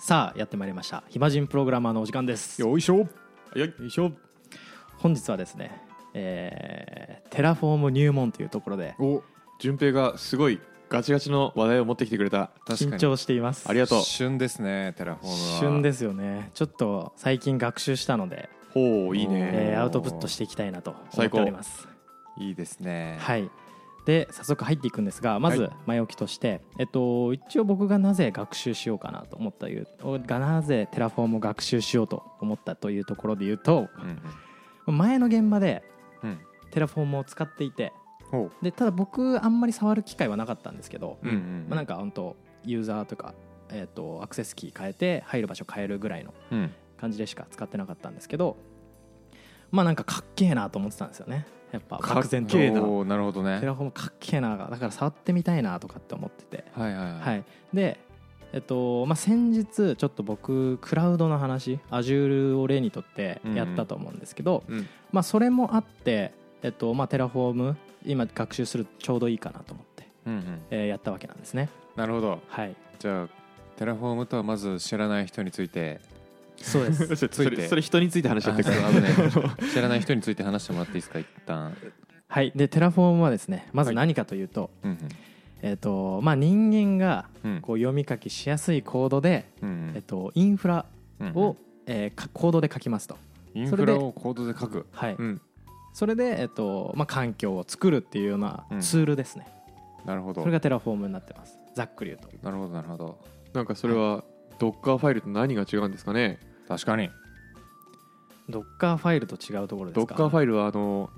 さあやってまいりました。暇人プログラマーのお時間です。 よいしょよいしょ。本日はですね、テラフォーム入門というところで、 順平がすごいガチガチの話題を持ってきてくれた。 緊張しています。 ありがとう。 旬ですね、テラフォームは。 旬ですよね。ちょっと最近学習したので、 ほういいね、 アウトプットしていきたいなと思っております。 いいですね。 はい。で早速入っていくんですが、まず前置きとして、一応僕がなぜ学習しようかなと思ったなぜテラフォームを学習しようと思ったというところで言うと、前の現場でテラフォームを使っていて、でただ僕あんまり触る機会はなかったんですけど、なんか本当ユーザーとか、アクセスキー変えて入る場所変えるぐらいの感じでしか使ってなかったんですけど、なんかかっけえなと思ってたんですよね。やっぱ漠然と。 なるほどね。 テラフォームかっけえな、だから触ってみたいなとかって思ってて、で、先日ちょっと僕クラウドの話 Azure を例にとってやったと思うんですけど、それもあって、テラフォーム今学習するちょうどいいかなと思って、やったわけなんですね。 なるほど、じゃあテラフォームとはまず知らない人について。 そうですそれ人について話し合ってから知らない人について話してもらっていいですか、一旦。 はい。でテラフォームはですね、まず何かというと、人間がこう読み書きしやすいコードで、インフラを、コードで書きますと。 インフラをコードで書く。 はい。それで、環境を作るっていうようなツールですね。 なるほど。 それがテラフォームになってます。ざっくり言うと。 なるほどなるほど。 なんかそれはドッカーファイルと何が違うんですかね。 確かに。 ドッカーファイルと違うところですか。 ドッカーファイルは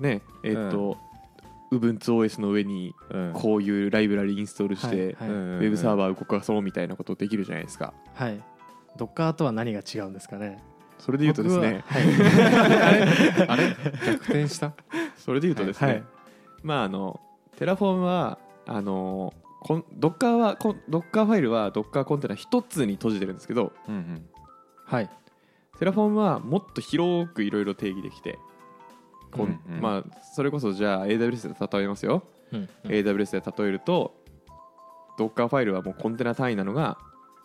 UbuntuOS の上にこういうライブラリインストールして、ウェブサーバー動かそうみたいなことできるじゃないですか。 はい。ドッカーとは何が違うんですかね。 それで言うとですね、 あれ逆転した。 それで言うとですね、テラフォームはドッカーファイルはドッカーコンテナ一つに閉じてるんですけど、テラフォームはもっと広くいろいろ定義できて、それこそじゃあ AWS で例えますよ。AWS で例えると、ドッカーファイルはもうコンテナ単位なのが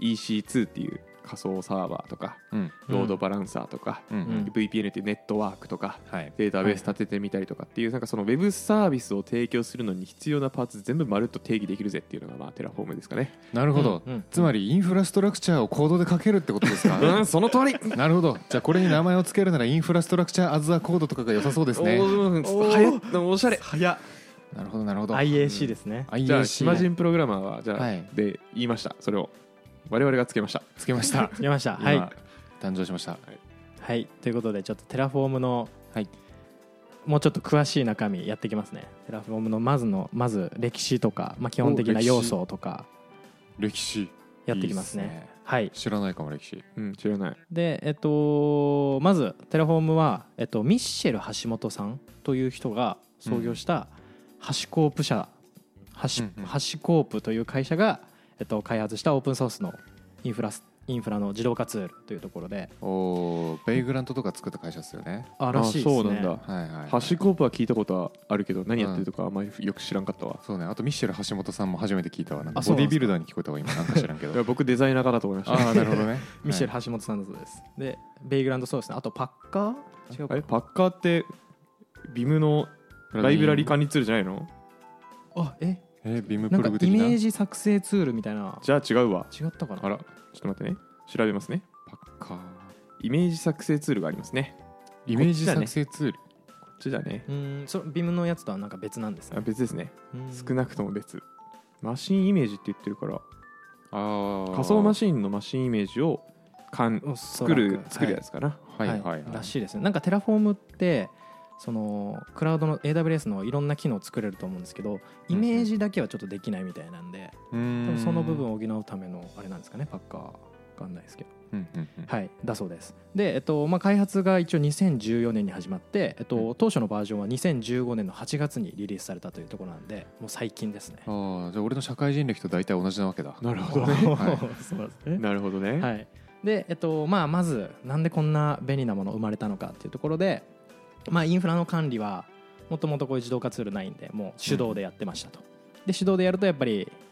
EC2 っていう仮想サーバーとか、ロードバランサーとか、VPN っていうネットワークとか、データベース立ててみたりとかっていう、なんかそのウェブサービスを提供するのに必要なパーツ全部まるっと定義できるぜっていうのがテラフォームですかね。 なるほど、つまりインフラストラクチャーをコードで書けるってことですか。 その通り。 なるほど。じゃあこれに名前を付けるならインフラストラクチャーアズアコードとかが良さそうですね。 おしゃれ。早っ。 なるほどなるほど。 IAC ですね。 じゃあ暇人プログラマーはじゃあで言いました。それを我々がつけました。 はい。 誕生しました。 はい。ということでちょっとテラフォームの、もうちょっと詳しい中身やっていきますね。テラフォームのまず歴史とか、基本的な要素とか歴史やっていきますね。はい。 知らないかも歴史。 知らない。 でまずテラフォームはミッシェル橋本さんという人が創業したハシコープ社、ハシコープという会社が開発したオープンソースのインフラの自動化ツールというところで、 ベイグラントとか作った会社ですよね。 らしいですね。 そうなんだ。ハシコープは聞いたことはあるけど、何やってるとかあんまりよく知らんかったわ。 そうね。あとミッシェル橋本さんも初めて聞いたわ。なんかボディビルダーに聞こえたわ今。なんか知らんけど。 僕デザイナーかなと思いました。 なるほどね。 ミッシェル橋本さんだそうです。でベイグラントそうですね。あとパッカー、違うか。 パッカーってビムのライブラリ管理ツールじゃないの？ ビムプなんかログ的な。 イメージ作成ツールみたいな。 じゃあ違うわ。 違ったかな。 あら、ちょっと待ってね。調べますね。 パッカー。 イメージ作成ツールがありますね。 イメージ作成ツール。 こっちだね。 ビムのやつとはなんか別なんですね。 別ですね。少なくとも別。マシンイメージって言ってるから、仮想マシンのマシンイメージを作るやつかな。 らしいですね。なんかテラフォームってそのクラウドの AWS のいろんな機能を作れると思うんですけど、イメージだけはちょっとできないみたいなんで、多分その部分を補うためのあれなんですかね。パッカーわかんないですけど、だそうです。で、開発が一応2014年に始まって、当初のバージョンは2015年の8月にリリースされたというところなんで、もう最近ですね。 じゃあ俺の社会人歴と大体同じなわけだ。 なるほどね。 そうですね。 なるほどね。 はい。で、まずなんでこんな便利なもの生まれたのかっていうところで、インフラの管理はもともとこういう自動化ツールないんで、もう手動でやってましたと。で手動でやるとやっぱり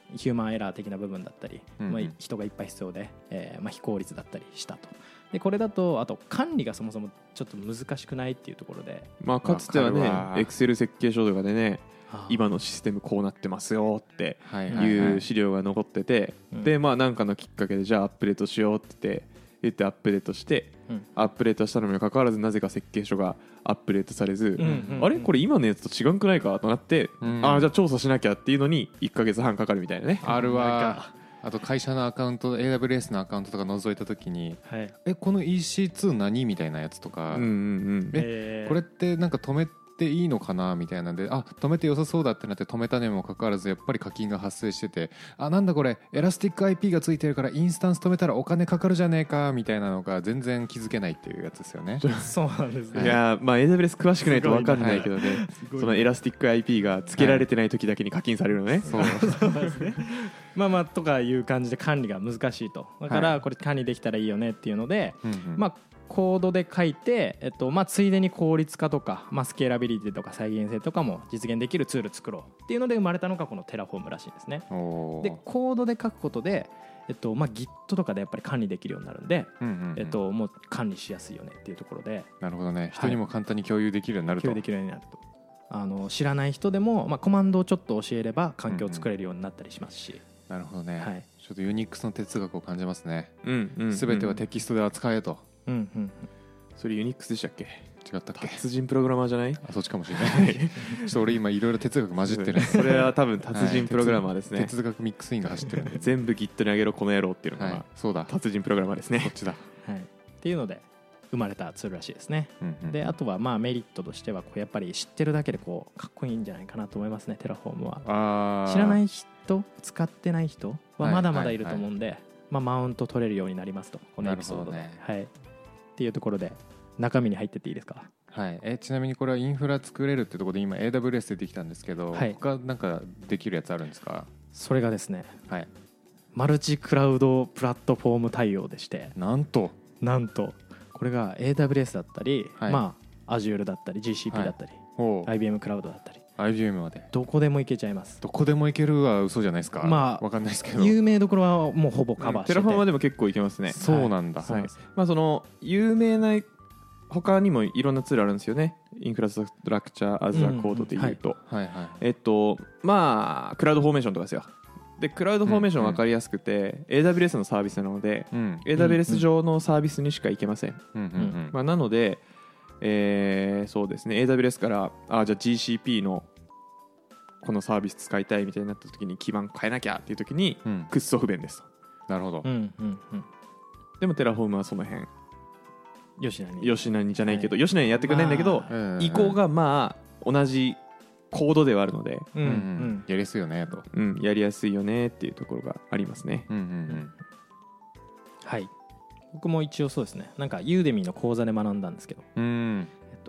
ヒューマンエラー的な部分だったり、 うんうん人がいっぱい必要で、非効率だったりしたと。でこれだとあと管理がそもそもちょっと難しくないっていうところで、 まあかつてはねわかるわエクセル設計書とかでね今のシステムこうなってますよってはいはいはいいう資料が残ってて、 うんでまあ何かのきっかけでじゃあアップデートしようって言ってアップデートして、 うんアップデートしたのにもかかわらずなぜか設計書がアップデートされず、 うんあれこれ今のやつと違うんくないかとなって、 うんああじゃあ調査しなきゃっていうのに1ヶ月半かかるみたいなね。 あるなんわかあと会社のアカウント AWS のアカウントとか覗いた時にはいこの EC2 何みたいなやつとか、 うんうんうんこれってなんか止めていいのかなみたいなんで止めて良さそうだってなって止めたにもかかわらずやっぱり課金が発生しててなんだこれエラスティック IP がついてるからインスタンス止めたらお金かかるじゃねえかみたいなのが全然気づけないっていうやつですよね。 そうなんですね。 いやーまあ AWS 詳しくないと分かんないけどね、 すごいそのエラスティック IP が付けられてない時だけに課金されるのね、 そうそうですね。まあとかいう感じで管理が難しいと。だからこれ管理できたらいいよねっていうので、 うんうんまあコードで書いて、ついでに効率化とか、スケーラビリティとか再現性とかも実現できるツール作ろうっていうので生まれたのがこのテラフォームらしいんですね。 おーでコードで書くことで、Git とかでやっぱり管理できるようになるんで、 うんうんうんもう管理しやすいよねっていうところでなるほどね、人にも簡単に共有できるようになると、 共有できるようになると。知らない人でも、コマンドをちょっと教えれば環境を作れるようになったりしますし、 なるほどね、 はいちょっとユニックスの哲学を感じますね。 うんうんうん、 すべてはテキストで扱えと。 うんうんうん、 それユニックスでしたっけ？ 違ったっけ？ 達人プログラマーじゃない？ そっちかもしれないちょっと俺今いろいろ哲学混じってるんでそれは多分達人プログラマーですね、 哲学ミックスインが走ってるんで全部 Git にあげろこの野郎っていうのが、 はい、そうだ達人プログラマーですね。 こっちだ、 はい、っていうので生まれたツールらしいですね。 うんうん、 であとはメリットとしてはやっぱり知ってるだけでかっこいいんじゃないかなと思いますね。テラフォームは知らないい人使ってない人はまだまだいると思うんで、マウント取れるようになりますと、このエピソードで、 なるほはい、っていうところで中身に入ってっていいですか？ はい、ちなみにこれはインフラ作れるってところで今 AWS 出てきたんですけど、 はい他なんかできるやつあるんですか？ それがですね、 はい、 マルチクラウドプラットフォーム対応でして、 なんとなんとこれが AWS だったり、 はい Azure だったり GCP だったり、 おう IBM クラウドだったり IBM までどこでも行けちゃいます。 どこでも行けるは嘘じゃないですか。わかんないですけど有名どころはもうほぼカバーしてて、 テラフォームはでも結構いけますね。 そうなんだ、 そうなんですよ。 まあその有名な他にもいろんなツールあるんですよね。インフラストラクチャーアズアコードでいうと、 はいはいまあクラウドフォーメーションとかですよ。でクラウドフォーメーション分かりやすくて、AWS のサービスなので、 うん、 AWS 上のサービスにしか行けません。 うんうんまあ、なので、そうですね AWS からじゃあ GCP のこのサービス使いたいみたいになった時に基盤変えなきゃっていう時にうん、 くっそ不便ですと。 なるほど、 うんうんうん、 でもテラフォームはその辺吉田に吉成じゃないけど、吉成やってくれないんだけど、 うん移行がまあ同じコードではあるので、 うんうんうんやりやすいよねと、 やりやすいよねっていうところがありますね。 うんうんはい、僕も一応そうですね、なんかユーデミーの講座で学んだんですけど、 うんうん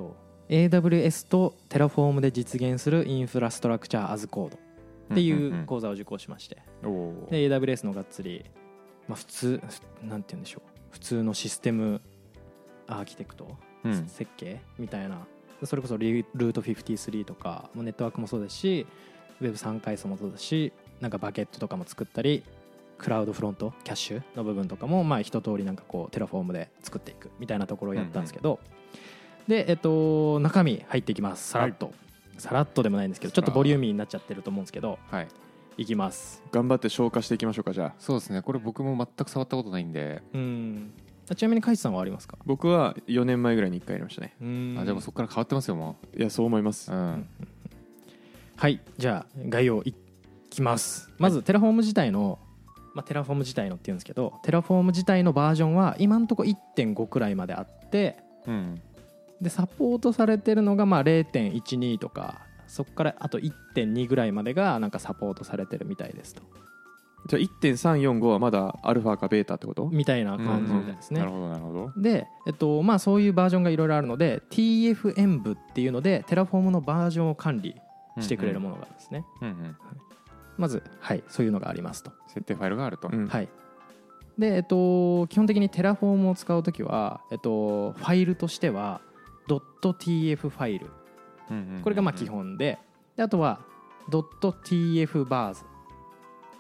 AWS とテラフォームで実現するインフラストラクチャーアズコードっていう講座を受講しまして、 おーで AWS のがっつり、普通なんて言うんでしょう、普通のシステムアーキテクト、 うん設計みたいな、それこそルート53とかもネットワークもそうですし、 Web3 階層もそうですし、なんかバケットとかも作ったり、クラウドフロントキャッシュの部分とかも一通りなんかこうテラフォームで作っていくみたいなところをやったんですけど、で中身入っていきます。さらっと、さらっとでもないんですけど、ちょっとボリューミーになっちゃってると思うんですけど、 はい、 いきます。 頑張って消化していきましょうか。じゃあそうですね、これ僕も全く触ったことないんで、 ちなみにカイツさんはありますか？ 僕は4年前ぐらいに1回やりましたね。 じゃあもうそこから変わってますよもいやそう思いますう、うんはい、じゃあ概要いきます。まずテラフォーム自体の、テラフォーム自体のって言うんですけど、テラフォーム自体のバージョンは今のところ 1.5 くらいまであって、 うんでサポートされてるのが0.12 とか、そこからあと 1.2 ぐらいまでがなんかサポートされてるみたいですと、 じゃあ 1.345 はまだアルファかベータってこと？ みたいな感じみたいですね。 なるほどなるほど、 で、そういうバージョンがいろいろあるので TF 演舞っていうのでテラフォームのバージョンを管理してくれるものがあるんですね。 うんうんまず、そういうのがありますと。 設定ファイルがあると、 はい。で、基本的にテラフォームを使うときは、ファイルとしては .tf ファイル、これが基本で、あとは .tf bars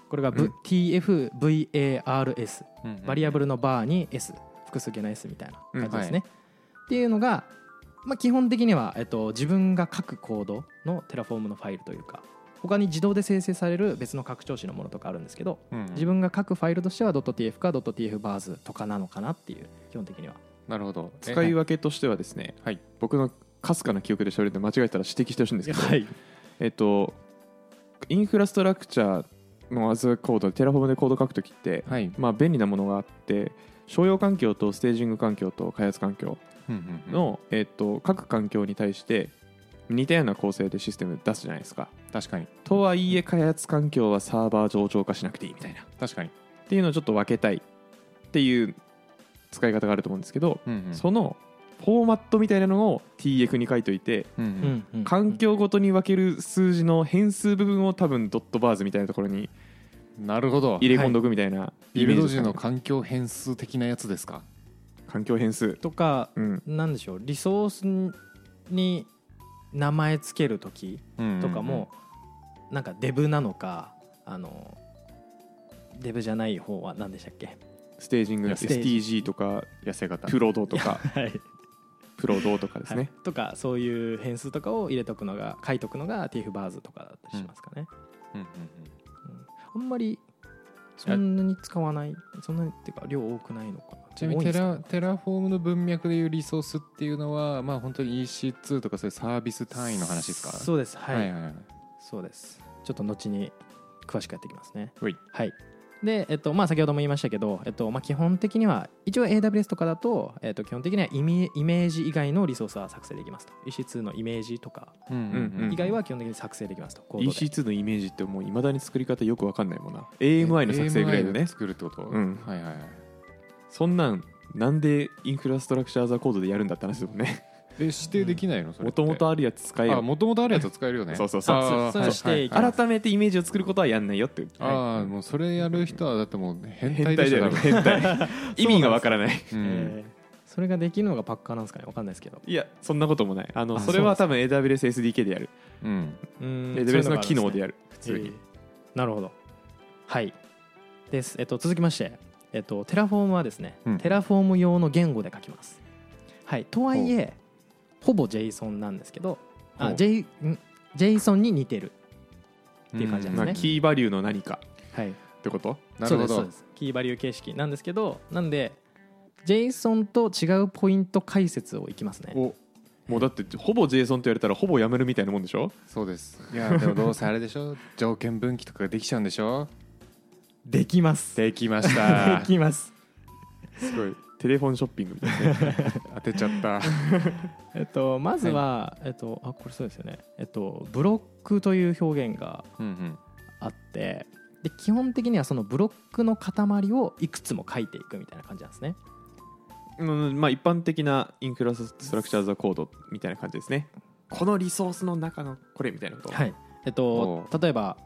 これが、TFVARS、バリアブルのバーに S、 複数形の S みたいな感じですね、っていうのが、基本的には、自分が書くコードのテラフォームのファイルというか、他に自動で生成される別の拡張子のものとかあるんですけど、自分が書くファイルとしては .tf か .tfbars とかなのかなっていう、基本的には。 なるほど。 使い分けとしてはですね、僕のかすかな記憶で喋ると間違えたら指摘してほしいんですけど、インフラストラクチャーの as コード、テラフォームでコード書くときって、便利なものがあって、商用環境とステージング環境と開発環境の、各環境に対して似たような構成でシステム出すじゃないですか。 確かに。 とはいえ開発環境はサーバー上長化しなくていいみたいな。 確かに。 っていうのをちょっと分けたいっていう使い方があると思うんですけど、そのフォーマットみたいなのを TF に書いといて、環境ごとに分ける数字の変数部分を多分ドットバーズみたいなところになるほど入れ込んどくみたいな、 ビルド時の環境変数的なやつですか。 環境変数とか、なんでしょう、リソースに名前つけるときとかも、なんかデブなのか、デブじゃない方は何でしたっけ、 ステージング、STG とか痩せ型、 プロドとかプロドとかですね、 とかそういう変数とかを入れとくのが、書いとくのが TF バーズとかだったりしますかね。あんまりそんなに使わない、そんなにっていうか量多くないのかな。 ちなみにテラフォームの文脈でいうリソースっていうのは、本当に EC2 とかそういうサービス単位の話ですか。 そうです、そうです。ちょっと後に詳しくやっていきますね。はい。で、先ほども言いましたけど、基本的には一応 AWS とかだと、基本的にはイメージ以外のリソースは作成できますと。EC2 のイメージとか以外は基本的に作成できますと。 EC2 のイメージってもういまだに作り方よく分かんないもんな。AMI の作成ぐらいでね、 作るってこと。 そんなんでインフラストラクチャーザコードでやるんだって話ですもんね。 指定できないの？ もともとあるやつ使えよ。 もともとあるやつ使えるよね。 そう改めてイメージを作ることはやんないよって。 もうそれやる人はだってもう変態でしょ。 変態。意味がわからない。 それができるのがパッカーなんですかね、わかんないですけど。 いや、そんなこともない。それは多分 AWS SDK でやる。AWS の機能でやる。普通に。 なるほど。はいです。続きまして、テラフォームはですね、テラフォーム用の言語で書きます。はい。とはいえほぼ JSON なんですけど、JSON に似てるっていう感じなんですね。 キーバリューの何かってこと？ なるほど。 そうです。キーバリュー形式なんですけど、なんで JSON と違うポイント解説をいきますね。 もうだってほぼ JSON って言われたらほぼやめるみたいなもんでしょ？ そうです。いやでもどうせあれでしょ条件分岐とかができちゃうんでしょ？ できます。 できましたできます。 すごいテレフォンショッピングみたいな当てちゃったまずは、これそうですよね、ブロックという表現があって、で基本的にはそのブロックの塊をいくつも書いていくみたいな感じなんですね。 一般的なインフラストラクチャーズコードみたいな感じですね。このリソースの中のこれみたいなこと。 はい。例えば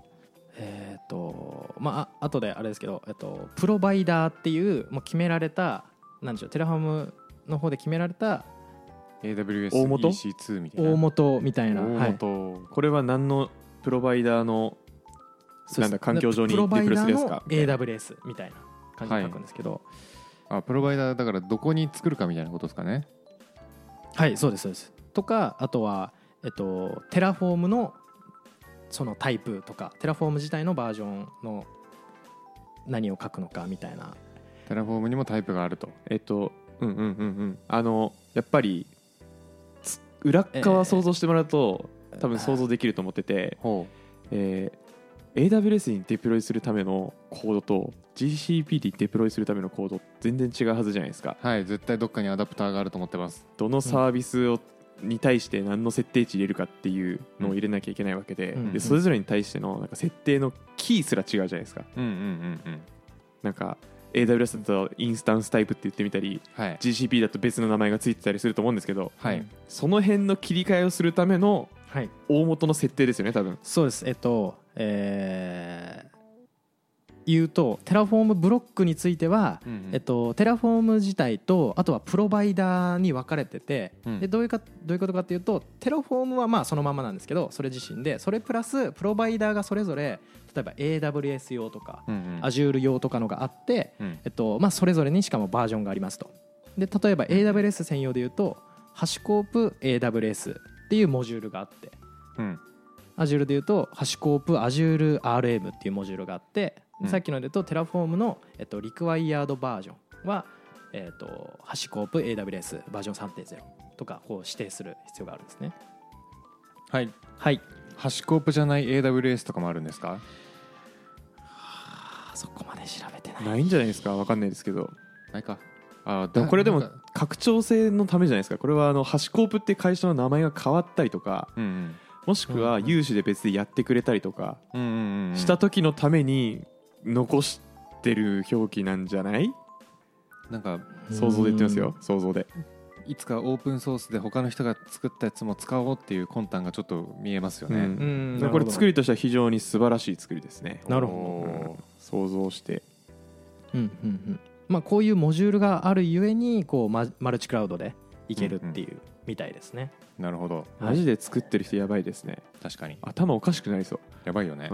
後であれですけど、プロバイダーっていうもう決められた、なんでしょう、テラフォームの方で決められた AWS EC2 みたいな大元みたいな。 これは何のプロバイダーの環境上にデプロイするやつか。 プロバイダーの AWS みたいな感じで書くんですけど、 プロバイダーだからどこに作るかみたいなことですかね。 はい、そうですそうです。とか、あとはテラフォームのそのタイプとか、テラフォーム自体のバージョンの何を書くのかみたいな。 テラフォームにもタイプがあると。 やっぱり裏側想像してもらうと、多分想像できると思ってて、AWS にデプロイするためのコードと GCP にデプロイするためのコード全然違うはずじゃないですか。 はい、絶対どっかにアダプターがあると思ってます。 どのサービスに対して何の設定値入れるかっていうのを入れなきゃいけないわけで、でそれぞれに対してのなんか設定のキーすら違うじゃないですか。なんか AWS だとインスタンスタイプって言ってみたり、GCP だと別の名前がついてたりすると思うんですけど、その辺の切り替えをするための大元の設定ですよね、多分。 そうです。言うと、テラフォームブロックについては、テラフォーム自体とあとはプロバイダーに分かれてて、でどういうことかっていうと、テラフォームはまあそのままなんですけど、それ自身でそれプラスプロバイダーがそれぞれ、 例えば AWS 用とか、 うんうん、 Azure 用とかのがあって、それぞれにしかもバージョンがありますと。で例えば AWS 専用でいうとハシコープ AWS っていうモジュールがあって、Azure でいうとハシコープ Azure RM っていうモジュールがあって、さっきので言うと Terraform の、Required バージョンは、ハシコープ AWS バージョン 3.0 とかこう指定する必要があるんですね。 はい、 はい、 ハシコープじゃない AWS とかもあるんですか？ そこまで調べてない。 ないんじゃないですか、分かんないですけど。 ないか。 これでも拡張性のためじゃないですか。これはハシコープって会社の名前が変わったりとか、もしくは有志で別でやってくれたりとかした時のために残してる表記なんじゃない？ なんか想像で言ってますよ。想像でいつかオープンソースで他の人が作ったやつも使おうっていう魂胆がちょっと見えますよね。 これ作りとしては非常に素晴らしい作りですね。 なるほど、想像して、 こういうモジュールがあるゆえにこうマルチクラウドでいけるっていうみたいですね。 なるほど。 マジで作ってる人やばいですね。 確かに頭おかしくなりそう。 やばいよね。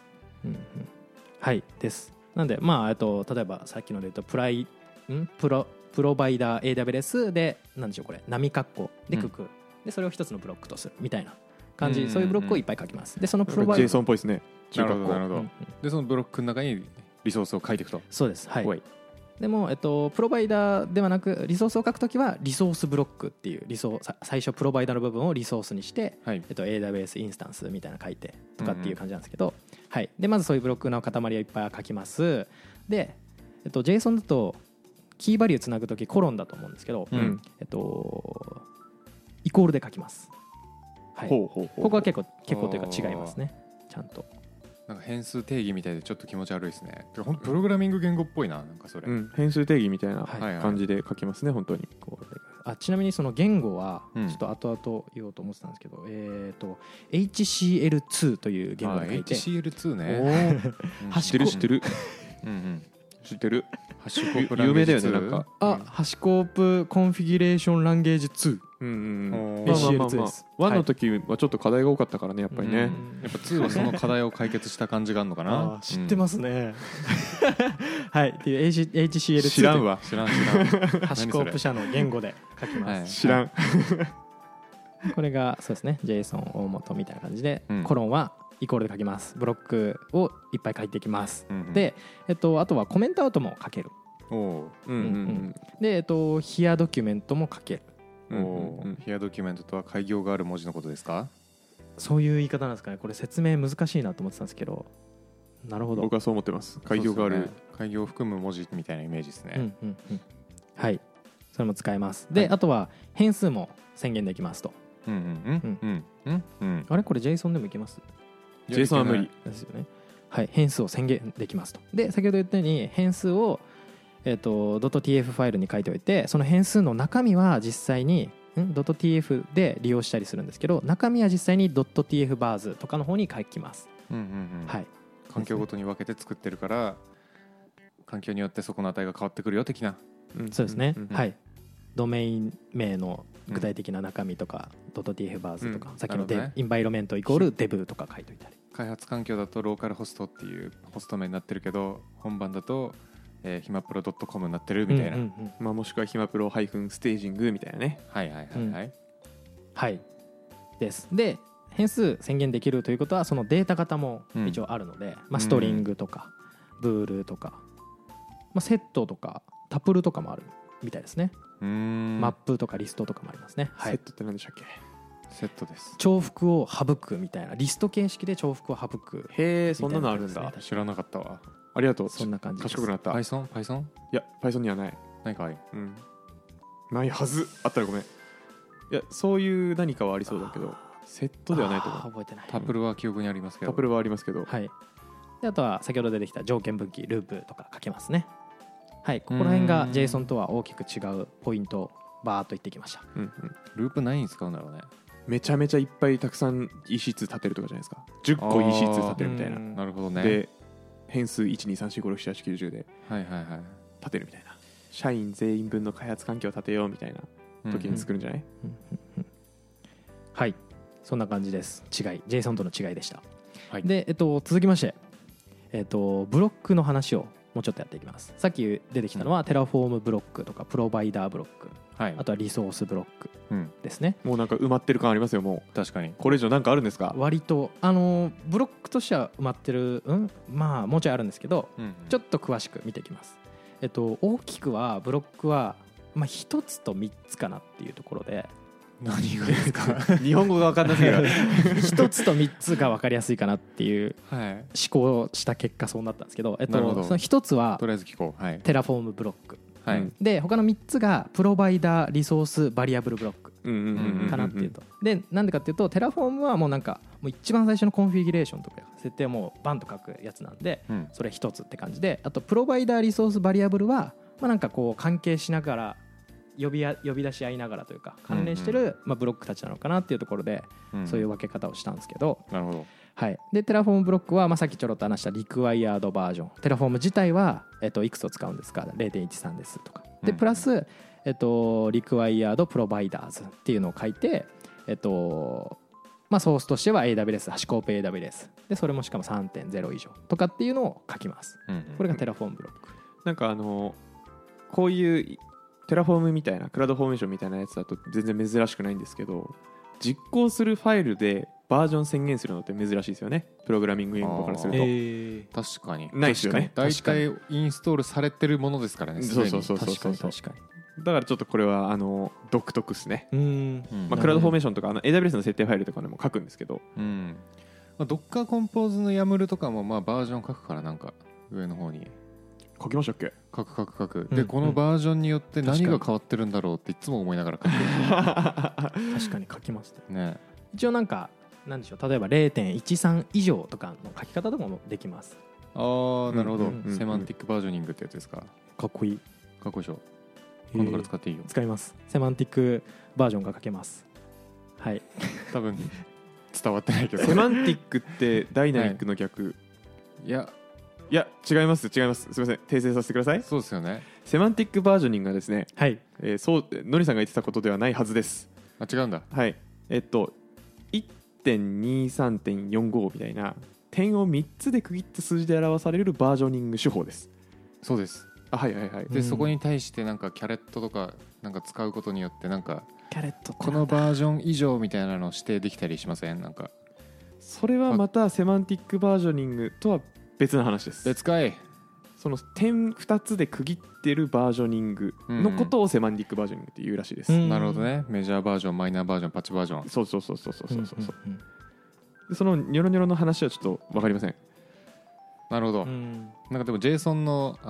はいです。なんで例えばさっきので言うとプロバイダー AWS でなんでしょう、これ波括弧でくく、でそれを一つのブロックとするみたいな感じ、そういうブロックをいっぱい書きます。でそのプロバイダー JSON っぽいですね。 なるほどなるほど。でそのブロックの中にリソースを書いていくと。 そうです。はい。でも、プロバイダーではなくリソースを書くときはリソースブロックっていう最初プロバイダーの部分をリソースにして、AWS インスタンスみたいなの書いてとかっていう感じなんですけど、でまずそういうブロックの塊をいっぱい書きます。で、JSON だとキーバリューつなぐときコロンだと思うんですけど、イコールで書きます。ここは結構というか違いますね。ちゃんとなんか変数定義みたいでちょっと気持ち悪いですね。プログラミング言語っぽいな、なんかそれ、 変数定義みたいな感じで書きますね、本当に。 ちなみにその言語はちょっと後々言おうと思ってたんですけど、HCL2 という言語で書いて、 HCL2 ね。 知ってる知ってる。有名だよね、なんか。 ハシコープコンフィギュレーションランゲージ2。HCL2 です。 1の時はちょっと課題が多かったからね、やっぱりね。 やっぱ2はその課題を解決した感じがあるのかな。 知ってますね。はいっていう HCL2 知らんわ。 ハシコープ社の言語で書きます。 知らん。 これがそうですね、 JSON 大元みたいな感じで、コロンはイコールで書きます。ブロックをいっぱい書いていきます。で、あとはコメントアウトも書ける。で、ヒアドキュメントも書ける。 ヒアドキュメントとは開業がある文字のことですか？ そういう言い方なんですかね。これ説明難しいなと思ってたんですけど、なるほど。 僕はそう思ってます。開業がある、 開業を含む文字みたいなイメージですね。 はい、それも使えます。で、あとは変数も宣言できますと。あれこれ JSON でもいけます？ JSON は無理ですよね。はい、変数を宣言できますと。で、先ほど言ったように変数を.tf ファイルに書いておいて、その変数の中身は実際に.tf で利用したりするんですけど、中身は実際に .tf バーズとかの方に書きます。 環境ごとに分けて作ってるから、環境によってそこの値が変わってくるよ的な。 そうですね。はい。ドメイン名の具体的な中身とか、.tf バーズとか、さっきのインバイロメントイコール dev とか書いておいたり。 開発環境だとローカルホストっていうホスト名になってるけど、本番だとひまプロ .com になってるみたいな、 もしくはひまプロステージングみたいなね。 はいです。で、変数宣言できるということはそのデータ型も一応あるので、ストリングとかブールとか、セットとかタプルとかもあるみたいですね。マップとかリストとかもありますね。 セットって何でしたっけ？ セットです。 重複を省くみたいな、リスト形式で重複を省く。 へえ、そんなのあるんだ。 知らなかったわ。 ありがとう。 そんな感じです。 賢くなった。 Python？ いや Python にはない。 ないかい。 ないはず。あったらごめん。いや、そういう何かはありそうだけど、セットではないと思う。 覚えてない。 タプルは記憶にありますけど。 タプルはありますけど。 はい。で、あとは先ほど出てきた条件分岐、ループとか書けますね。はい。ここら辺が JSON とは大きく違うポイントをバーっと言ってきました。 ループ何に使うんだろうね。 めちゃめちゃいっぱいたくさん EC2 立てるとかじゃないですか。10個 EC2 立てるみたいな。 なるほどね。 で、変数 1,2,3,4,5,6,7,8,9,10 で立てるみたいな。社員全員分の開発環境を立てようみたいな時に作るんじゃない？ はい、そんな感じです。JSON との違いでした。で、続きましてブロックの話をもうちょっとやっていきます。さっき出てきたのはテラフォームブロックとかプロバイダーブロック、はい、あとはリソースブロックですね、 もうなんか埋まってる感ありますよ。もう確かにこれ以上なんかあるんですか？ 割とブロックとしては埋まってる、まあもうちょいあるんですけど、ちょっと詳しく見ていきます。大きくはブロックはまあ1つと3つかなっていうところで、 何がですか日本語が分かんなすぎる 1つと3つが分かりやすいかなっていう思考をした結果そうなったんですけど、その1つはとりあえず聞こう、はい、 テラフォームブロック、 はい、 で他の3つがプロバイダーリソースバリアブルブロックかなっていうと、でなんでかっていうとテラフォームはもうなんかもう一番最初のコンフィギュレーションとか設定をもうバンと書くやつなんで、それ1つって感じで、あとプロバイダーリソースバリアブルはまあなんかこう関係しながら呼び出し合いながらというか関連してるまあブロックたちなのかなっていうところで、そういう分け方をしたんですけど、 なるほど、 はい、でテラフォームブロックはまあさっきちょろっと話したリクワイヤードバージョン、テラフォーム自体はいくつを使うんですか、 0.13 ですとかで、プラスリクワイヤードプロバイダーズっていうのを書いて、まあソースとしては AWS ハシコープ AWS で、それもしかも 3.0 以上とかっていうのを書きます。これがテラフォームブロック。 なんかこういうテラフォームみたいなクラウドフォーメーションみたいなやつだと全然珍しくないんですけど、実行するファイルでバージョン宣言するのって珍しいですよね、プログラミング言語からすると。 確かにないですよね。 大体インストールされてるものですからね。 そう確かにだからちょっとこれは独特ですね。まあ、クラウドフォーメーションとかAWS の設定ファイルとかでも書くんですけど、 まあ、Docker コンポーズの YAML とかもまあバージョン書くから、なんか上の方に書きましたっけ？ 書くで、このバージョンによって何が変わってるんだろうっていつも思いながら書く確かに書きますね。一応なんかなんでしょう、例えば 0.13 以上とかの書き方とかもできます。 ああ、なるほど、セマンティックバージョニングってやつですか。 かっこいい。 かっこいいでしょ。今度から使っていいよ。 使います。セマンティックバージョンが書けます。はい。 多分伝わってないけどセマンティックってダイナミックの逆、 いや違います。すみません、訂正させてください。 そうですよね。 セマンティックバージョニングがですね、 はい、 のりさんが言ってたことではないはずです。 あ、違うんだ。 はい、1.23.45 みたいな点を3つで区切った数字で表されるバージョニング手法です。 そうです。 はい。 で、そこに対してなんかキャレットとかなんか使うことによってなんかキャレットこのバージョン以上みたいなのを指定できたりしません？なんかそれはまたセマンティックバージョニングとは別の話です。 別かい。 その点2つで区切ってるバージョニングのことをセマンティックバージョニングっていうらしいです。 なるほどね。メジャーバージョン、マイナーバージョン、パッチバージョン。 そうでそのニョロニョロの話はちょっと分かりません。 なるほど。なんかでも JSON の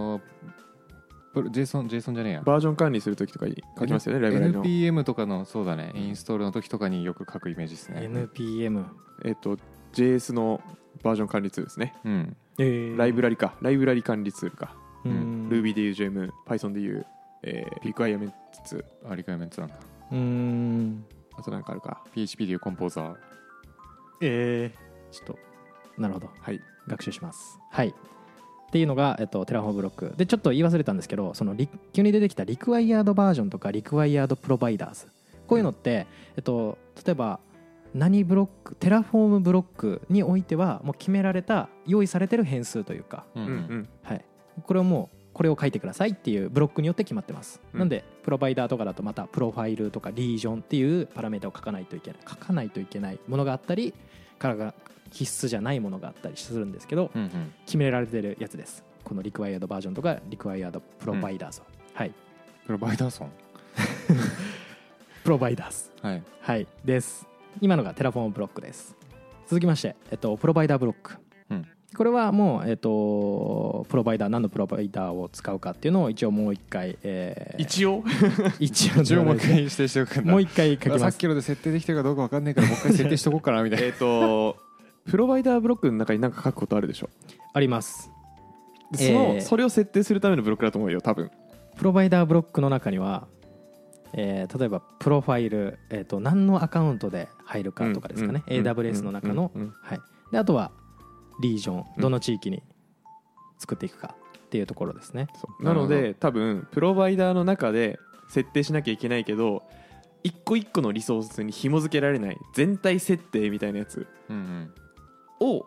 JSON じゃねえや、 バージョン管理するときとかに書きますよね、ライブラリの NPM とかの、そうだね、インストールの時とかによく書くイメージですね。 NPM JS のバージョン管理ツールですね。ライブラリ管理ツールか。Ruby でいう GEM、 Python でいう、リクワイアメンツ。 リクワイアメンツなんだ。 あとなんかあるか。 PHP でいうコンポーザー。ちょっとなるほど、 はい、 学習します。はい。っていうのが、テラフォームブロックで、ちょっと言い忘れたんですけど、その急に出てきたリクワイヤードバージョンとかリクワイヤードプロバイダーズ、こういうのって、例えば何ブロック、テラフォームブロックにおいてはもう決められた用意されてる変数というか、はい、これをもうこれを書いてくださいっていうブロックによって決まってます。なんでプロバイダーとかだとまたプロファイルとかリージョンっていうパラメータを書かないといけないものがあったりからが必須じゃないものがあったりするんですけど、決められてるやつです。このリクワイヤードバージョンとかリクワイヤードプロバイダーズ、はい、 プロバイダーソンプロバイダーズ、はいです。今のがテラフォームブロックです。続きまして、プロバイダーブロック、これはもう、プロバイダー、何のプロバイダーを使うかっていうのを一応もう一回、 一応もう一回指定しておくんだ。 もう一回書きます。 さっきので設定できてるかどうか分かんないからもう一回設定しておこうかなみたいなプロバイダーブロックの中に何か書くことあるでしょ？あります。 それを設定するためのブロックだと思うよ、多分。プロバイダーブロックの中には、例えばプロファイル、何のアカウントで入るかとかですかね、AWS の中の、はい、であとはリージョン、どの地域に作っていくかっていうところですね。 なので多分プロバイダーの中で設定しなきゃいけないけど、一個一個のリソースに紐付けられない全体設定みたいなやつを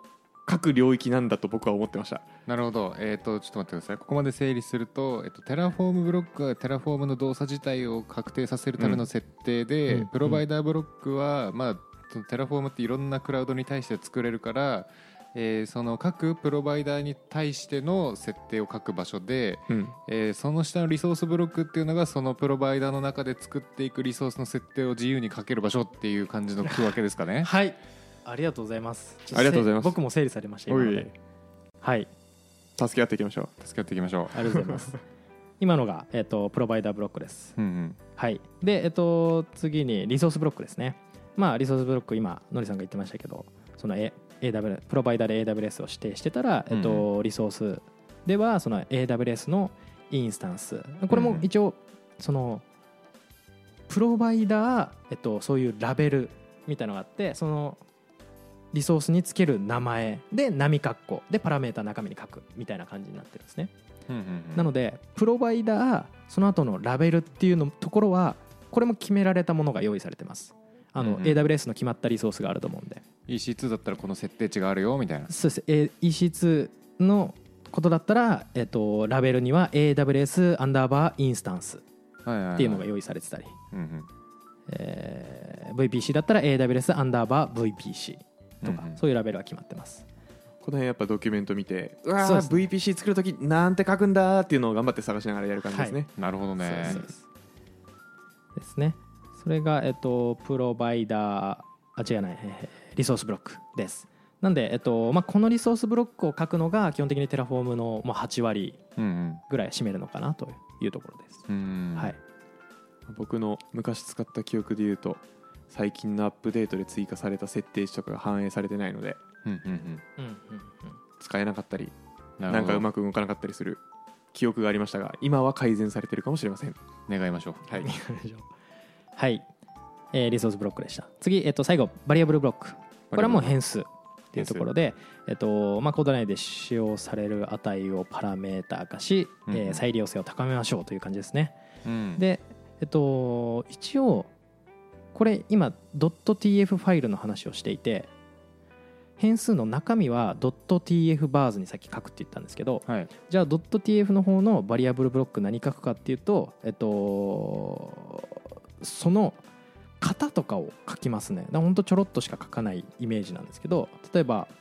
各領域なんだと僕は思ってました。 なるほど、ちょっと待ってください。ここまで整理すると、テラフォームブロックはテラフォームの動作自体を確定させるための設定で、 うんプロバイダーブロックは、まあ、そのテラフォームっていろんなクラウドに対して作れるから、その各プロバイダーに対しての設定を書く場所で、その下のリソースブロックっていうのがそのプロバイダーの中で作っていくリソースの設定を自由に書ける場所っていう感じの区分けですかね。 はい、ありがとうございます。 ありがとうございます。 僕も整理されました今ので。はい、 助け合っていきましょう。助け合っていきましょう。 ありがとうございます今のが、プロバイダーブロックです、はい。で、次にリソースブロックですね。まあリソースブロック、今のりさんが言ってましたけど、そのAWS プロバイダーで AWS を指定してたら、リソースではその AWS のインスタンス、これも一応そのプロバイダー、そういうラベルみたいなのがあって、そのリソースにつける名前で波括弧でパラメータ中身に書くみたいな感じになってるんですね。なのでプロバイダーその後のラベルっていうのところはこれも決められたものが用意されてます。AWS の決まったリソースがあると思うんで、 EC2 だったらこの設定値があるよみたいな。 そうです。EC2 のことだったら、ラベルには AWS アンダーバーインスタンスっていうのが用意されてたり、VPC だったら AWS アンダーバー VPC とか、そういうラベルは決まってます。 この辺やっぱドキュメント見て、うわー、VPC 作るときなんて書くんだっていうのを頑張って探しながらやる感じですね、はい、 なるほどね。 そうですね。それが、プロバイダー違うないリソースブロックです。なんで、このリソースブロックを書くのが基本的にテラフォームのもう8割ぐらい占めるのかなというところです、はい。 僕の昔使った記憶でいうと、最近のアップデートで追加された設定値とかが反映されてないので、使えなかったりなんかうまく動かなかったりする記憶がありましたが、今は改善されてるかもしれません。 願いましょう。 はいはい、リソースブロックでした。次、最後バリアブルブロック。これはもう変数っていうところで、コード内で使用される値をパラメータ化し、再利用性を高めましょうという感じですね、で、一応これ今 .tf ファイルの話をしていて、変数の中身は .tf バーズにさっき書くって言ったんですけど、はい、じゃあ .tf の方のバリアブルブロック何書くかっていうと、その型とかを書きますね。ほんとちょろっとしか書かないイメージなんですけど、例えば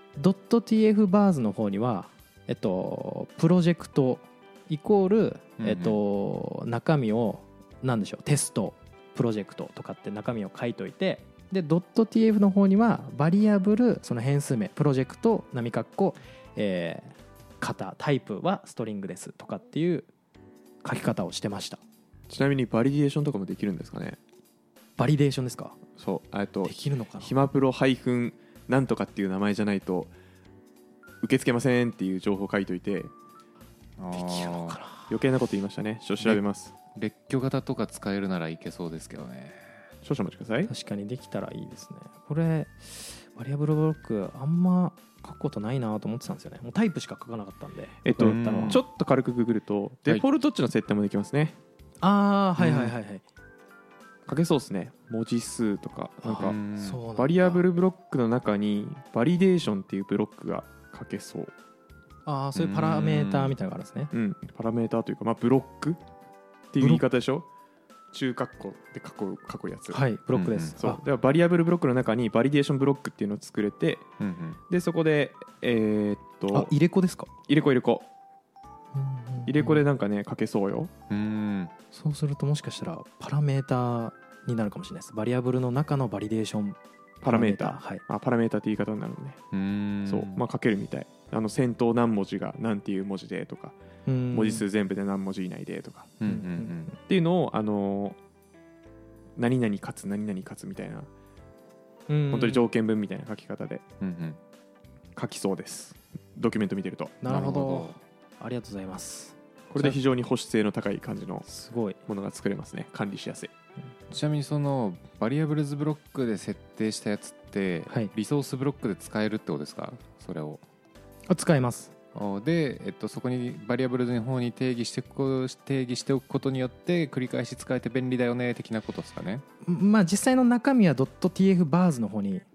.tf バーズの方には、プロジェクトイコール、中身を何でしょう、テストプロジェクトとかって中身を書いといて、で .tf の方にはバリアブル、その変数名プロジェクト波括弧、型タイプはストリングですとかっていう書き方をしてました。 ちなみにバリデーションとかもできるんですかね。 バリデーションですか。 そうできるのかな。 ひまプロ-なんとかっていう名前じゃないと受け付けませんっていう情報を書いといて、できるのかな。 余計なこと言いましたね。調べます。 列挙型とか使えるならいけそうですけどね。 少々お待ちください。 確かにできたらいいですね。これバリアブルブロックあんま書くことないなと思ってたんですよね。もうタイプしか書かなかったんで、 ちょっと軽くググるとデフォルト値の設定もできますね。 はい、 書けそうですね。文字数とかなんかバリアブルブロックの中にバリデーションっていうブロックが書けそう。 そういうパラメーターみたいなのがあるんですね。 パラメーターというか、ブロックっていう言い方でしょ。中括弧で書くやつ。 はい、ブロックです。 そうではバリアブルブロックの中にバリデーションブロックっていうのを作れて、でそこで入れ子ですか。 入れ子でなんかね書けそうよ。 そうするともしかしたらパラメーターになるかもしれないです。バリアブルの中のバリデーションパラメーター、はい、パラメーターって言い方になるのね。そう、書けるみたい。先頭何文字が何ていう文字でとか、文字数全部で何文字以内でとか、っていうのを何々かつ何々かつみたいな、本当に条件文みたいな書き方で書きそうです。ドキュメント見てると。 なるほど。ありがとうございます。 これで非常に保守性の高い感じのものが作れますね。管理しやすい。 ちなみにそのバリアブルズブロックで設定したやつって、リソースブロックで使えるってことですか。それを使えます。 で、そこにバリアブルの方に定義しておくことによって繰り返し使えて便利だよね的なことですかね。 実際の中身は .tf バーズの方に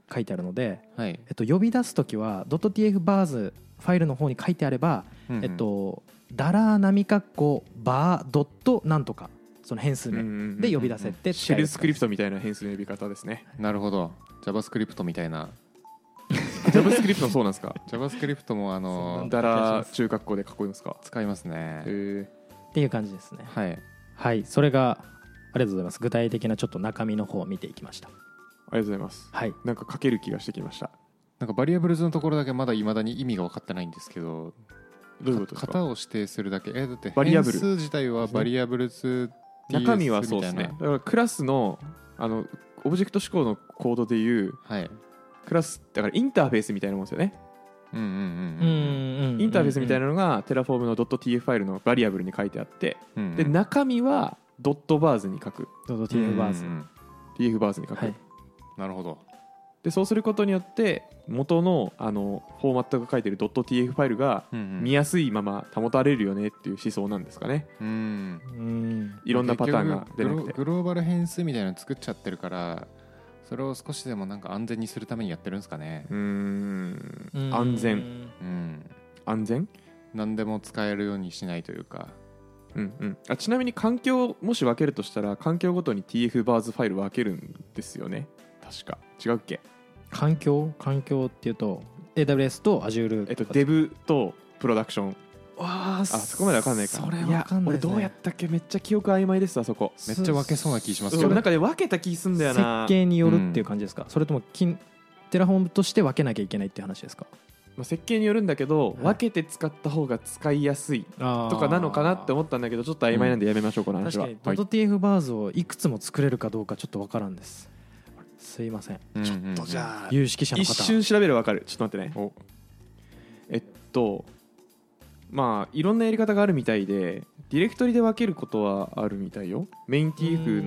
書いてあるので、 はい、 呼び出すときは .tf バーズファイルの方に書いてあれば、ダラー波括弧バードットなんとかその変数名で呼び出せってシェルスクリプトみたいな変数の呼び方ですね。 なるほど。 JavaScript みたいな JavaScript もそうなんですか？ JavaScript もダラ中括弧で囲いますか？ 使いますね。 っていう感じですね。 はい、 はい、それがありがとうございます。具体的なちょっと中身の方を見ていきました。 ありがとうございます。 はい、 なんか書ける気がしてきました。 なんかバリアブルズのところだけまだ未だに意味が分かってないんですけど、 どういうことですか？ 型を指定するだけ。だってバリアブル変数自体はバリアブルズ、 中身はそうですね。だからクラスのオブジェクト指向のコードでいう、 はい、 クラスだからインターフェースみたいなもんですよね。インターフェースみたいなのがテラフォームの .tf ファイルのバリアブルに書いてあって、で中身はドットバーズに書く。 .tf バーズ、 tf バーズに書く。 はい、なるほど。 でそうすることによって元のフォーマットが書いてる .tf ファイルが見やすいまま保たれるよねっていう思想なんですかね。いろんなパターンが出なくてグローバル変数みたいなの作っちゃってるから、それを少しでもなんか安全にするためにやってるんですかね。 安全、安全何でも使えるようにしないというか、 ちなみに環境もし分けるとしたら環境ごとに tf バーズファイル分けるんですよね。確か違うっけ？ 環境っていうと AWS と Azure デブとプロダクション。そこまで分かんないか。 それ分かんないですね。 俺どうやったっけ？めっちゃ記憶曖昧です。あそこめっちゃ分けそうな気しますけど、 なんかで分けた気すんだよな。 設計によるっていう感じですか？それともテラフォームとして分けなきゃいけないっていう話ですか？ 設計によるんだけど、分けて使った方が使いやすいとかなのかなって思ったんだけど、ちょっと曖昧なんでやめましょう、この話は。 確かに .tf バーズをいくつも作れるかどうかちょっと分からんです。すいません、 ちょっとじゃあ有識者の方一瞬調べれば分かる。ちょっと待ってね。いろんなやり方があるみたいで、ディレクトリで分けることはあるみたいよ。メイン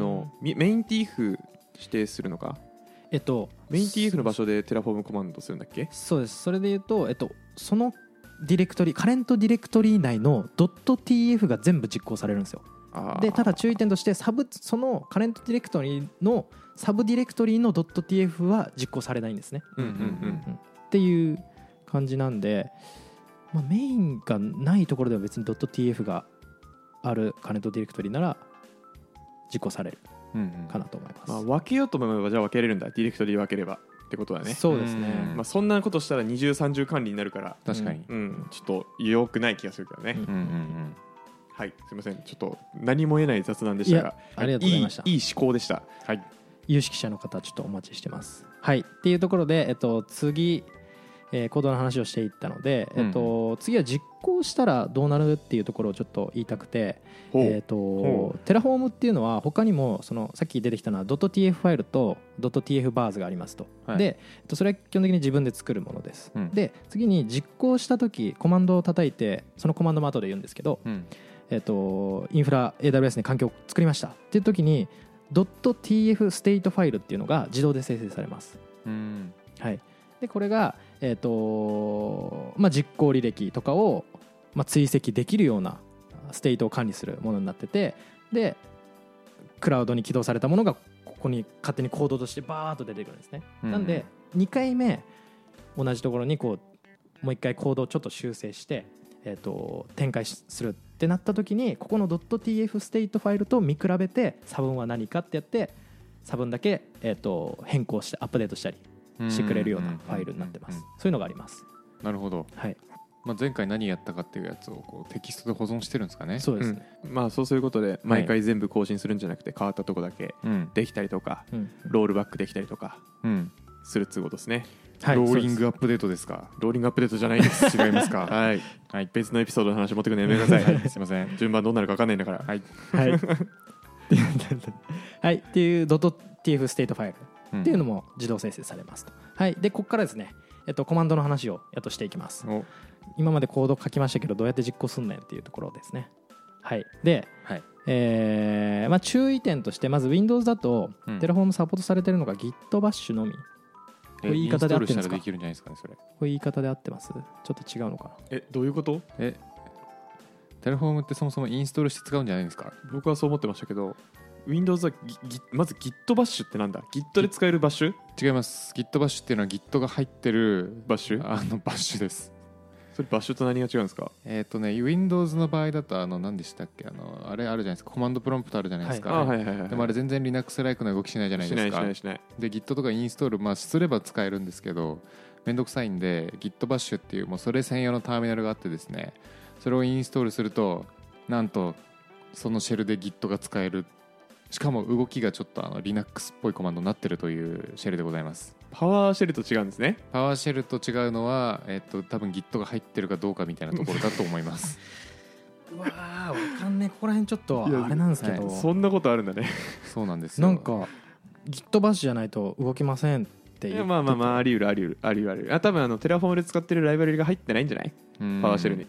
tf 指定するのか。メイン tf の場所でテラフォームコマンドするんだっけ？ そうです。それで言うと、そのディレクトリカレントディレクトリ内の .tf が全部実行されるんですよ。でただ注意点としてそのカレントディレクトリのサブディレクトリの .tf は実行されないんですね。っていう感じなんで、メインがないところでは別に .tf があるカレントディレクトリなら実行されるかなと思います。 分けようと思えばじゃあ分けれるんだ。ディレクトリで分ければってことだね。 そうですね。 そんなことしたら二重三重管理になるから確かに、 ちょっと良くない気がするけどね。はい、すみません。ちょっと何も言えない雑談でしたが、 ありがとうございました。 いい思考でした。はい。 有識者の方ちょっとお待ちしてます。はい。っていうところで、次、コードの話をしていったので、次は実行したらどうなるっていうところをちょっと言いたくて、テラフォームっていうのは他にもさっき出てきたのは .tf ファイルと .tf バーズがありますと。で、それは基本的に自分で作るものです。で、次に実行した時コマンドを叩いて、そのコマンドも後で言うんですけど、インフラ AWS に環境を作りましたっていう時に .tf ステートファイルっていうのが自動で生成されます。はい。でこれが、実行履歴とかを、追跡できるようなステートを管理するものになってて、でクラウドに起動されたものがここに勝手にコードとしてバーッと出てくるんですね。なんで2回目同じところにもう1回コードをちょっと修正して、展開するってなった時にここの .tf ステートファイルと見比べて差分は何かってやって差分だけ、変更してアップデートしたりしてくれるようなファイルになってます。そういうのがあります。 なるほど。はい。前回何やったかっていうやつをテキストで保存してるんですかね。 そうですね。 そうすることで毎回全部更新するんじゃなくて変わったとこだけできたりとか、ロールバックできたりとかするっていうことですね。 はい、ローリングアップデートですか？ ローリングアップデートじゃないです。 違いますか？ はい、はい、別のエピソードの話持ってくるのやめてください。 はい、すいません。 順番どうなるか分かんないんだから。はい、 はい、はい、っていう .tf ステートファイルっていうのも自動生成されますと。はい、でここからですね、コマンドの話をしていきます。今までコード書きましたけどどうやって実行すんねんっていうところですね。はい。で、はい、注意点としてまず Windows だと、テラフォームサポートされてるのが Git バッシュのみ。これ言い方で合ってるんですか？ できるんじゃないですかね、それ。 これ言い方で合ってます？ちょっと違うのかな。 どういうこと？ テラフォームってそもそもインストールして使うんじゃないですか？ 僕はそう思ってましたけど。 Windows はまず Git バッシュってなんだ？ Git で使えるバッシュ？ 違います。 Git バッシュっていうのは Git が入ってるバッシュ？ バッシュです。 それバッシュと何が違うんですか？ Windows の場合だと何でしたっけ、あれあるじゃないですか、コマンドプロンプトあるじゃないですか、 はいはいはいはい、 でもあれ全然 Linux ライクな動きしないじゃないですか。 しないで Git とかインストール、すれば使えるんですけどめんどくさいんで Git バッシュっていうもうそれ専用のターミナルがあってですね、それをインストールするとなんとそのシェルで Git が使える、しかも動きがちょっとLinux っぽいコマンドになってるというシェルでございます。 パワーシェルと違うんですね。 パワーシェルと違うのは、多分 Git が入ってるかどうかみたいなところだと思いますうわーわかんねえ、ここら辺ちょっとあれなんですけど、 そんなことあるんだね。 そうなんですよ。 なんか Git バッシュじゃないと動きませんっていう。 まああり得る多分テラフォームで使ってるライブラリが入ってないんじゃない？パワーシェルに。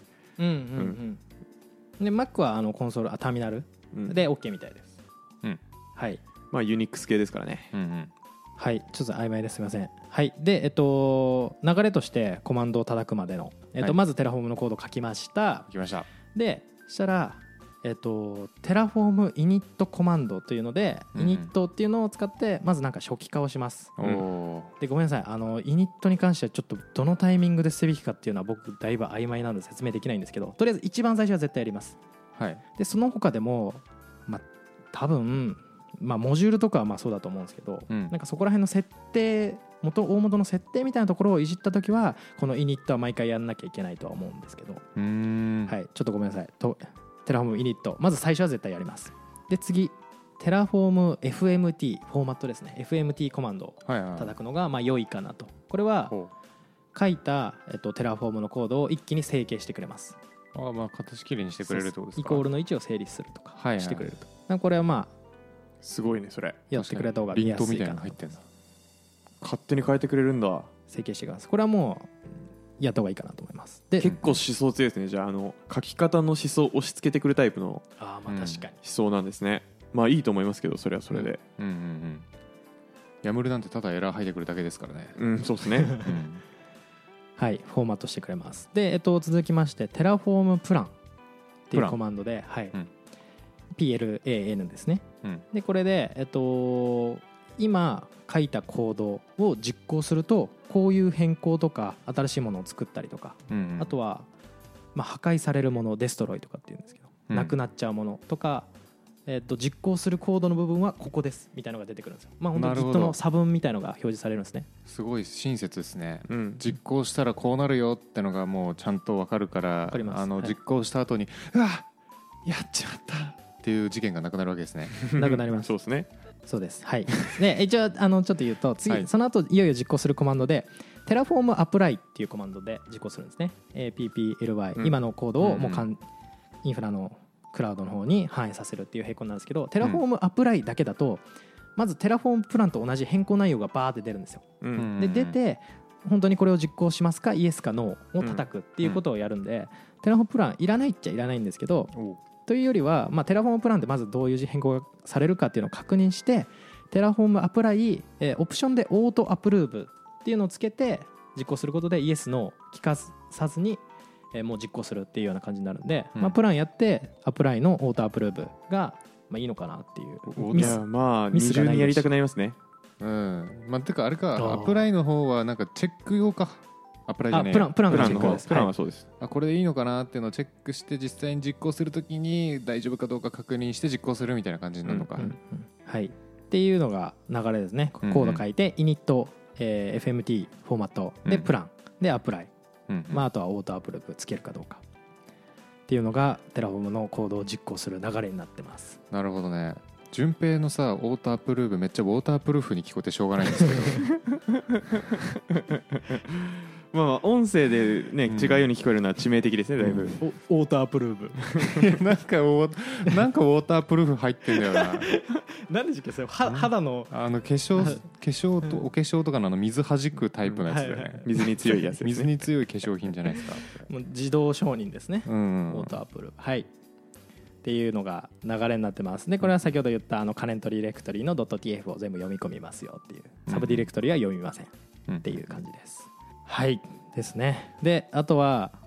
で Mac はコンソールターミナルで OK みたいです。はい。 まあユニックス系ですからね。 はい、ちょっと曖昧ですみません。はい。で流れとしてコマンドを叩くまでのまずテラフォームのコードを書きました。でしたらテラフォームイニットコマンドというので、イニットっていうのを使ってまずなんか初期化をします。でごめんなさい、イニットに関してはちょっとどのタイミングですべきかっていうのは僕だいぶ曖昧なので説明できないんですけど、とりあえず一番最初は絶対やります。でその他でも多分モジュールとかはそうだと思うんですけど、なんかそこら辺の設定大元の設定みたいなところをいじったときはこのイニットは毎回やんなきゃいけないとは思うんですけど、はい、ちょっとごめんなさい。テラフォームイニットまず最初は絶対やります。で次テラフォーム FMT フォーマットですね。 FMT コマンドを叩くのが良いかなと。これは書いたテラフォームのコードを一気に整形してくれます。 形きれいにしてくれるってことですか？ イコールの位置を整理するとかしてくれると、これはすごいねそれ。 やってくれた方が見やすいかな。 勝手に変えてくれるんだ。 整形してくれます。これはもうやった方がいいかなと思います。で結構思想強いですね。じゃあ書き方の思想を押し付けてくるタイプの確かに思想なんですね。いいと思いますけど、それはそれで、 ヤムルなんてただエラー吐いてくるだけですからね。 そうですねはい、フォーマットしてくれます。で、続きましてテラフォームプランっていうコマンドで、PLAN ですね。でこれで今書いたコードを実行するとこういう変更とか新しいものを作ったりとか、あとは破壊されるものデストロイとかっていうんですけど、なくなっちゃうものとか、実行するコードの部分はここですみたいなのが出てくるんですよ。本当に Git の差分みたいなのが表示されるんですね。 すごい親切ですね。実行したらこうなるよってのがもうちゃんと分かるから、実行した後にうわやっちまったっていう事件がなくなるわけですね。 なくなります。 そうですね。 そうです。はい。で一応ちょっと言うと次、その後いよいよ実行するコマンドでテラフォームアプライっていうコマンドで実行するんですね。PPLY、今のコードをもうインフラのクラウドの方に反映させるっていう並行なんですけど、テラフォームアプライだけだとまずテラフォームプランと同じ変更内容がバーって出るんですよ。で出て本当にこれを実行しますかイエスかノーを叩くっていうことをやるんで、テラフォームプランいらないっちゃいらないんですけど、というよりは、テラフォームプランでまずどういう変更がされるかっていうのを確認して、テラフォームアプライ、オプションでオートアプルーブっていうのをつけて実行することでイエスノー聞かさずにもう実行するっていうような感じになるんで、プランやってアプライのオートアプルーブがいいのかなっていう。 二重にやりたくなりますね。 てかあれか、アプライの方はなんかチェック用か。アプライじゃねえ、 プランのチェックです。 プランはそうです。 これでいいのかなっていうのをチェックして実際に実行するときに大丈夫かどうか確認して実行するみたいな感じになるのか。 はいっていうのが流れですね。コード書いてイニット、FMT フォーマットでプランでアプライ、あとはオートアプルーブつけるかどうかっていうのがテラフォームのコードを実行する流れになってます。 なるほどね。順平のさオートアプルーブめっちゃウォータープルーフに聞こえてしょうがないんですけど音声でね、違うように聞こえるのは致命的ですね。だいぶオートアプルーブなんかウォータープルーフ入ってんだよな何でしたっけそれ、肌の化粧とお化粧とかの水弾くタイプのやつだよね。 水に強いやつですね。 水に強い化粧品じゃないですか。 もう自動承認ですね、オートアプルーブ。はいっていうのが流れになってます。でこれは先ほど言ったカレントディレクトリの .tf を全部読み込みますよっていう、サブディレクトリは読みませんっていう感じです。はいですね。であとは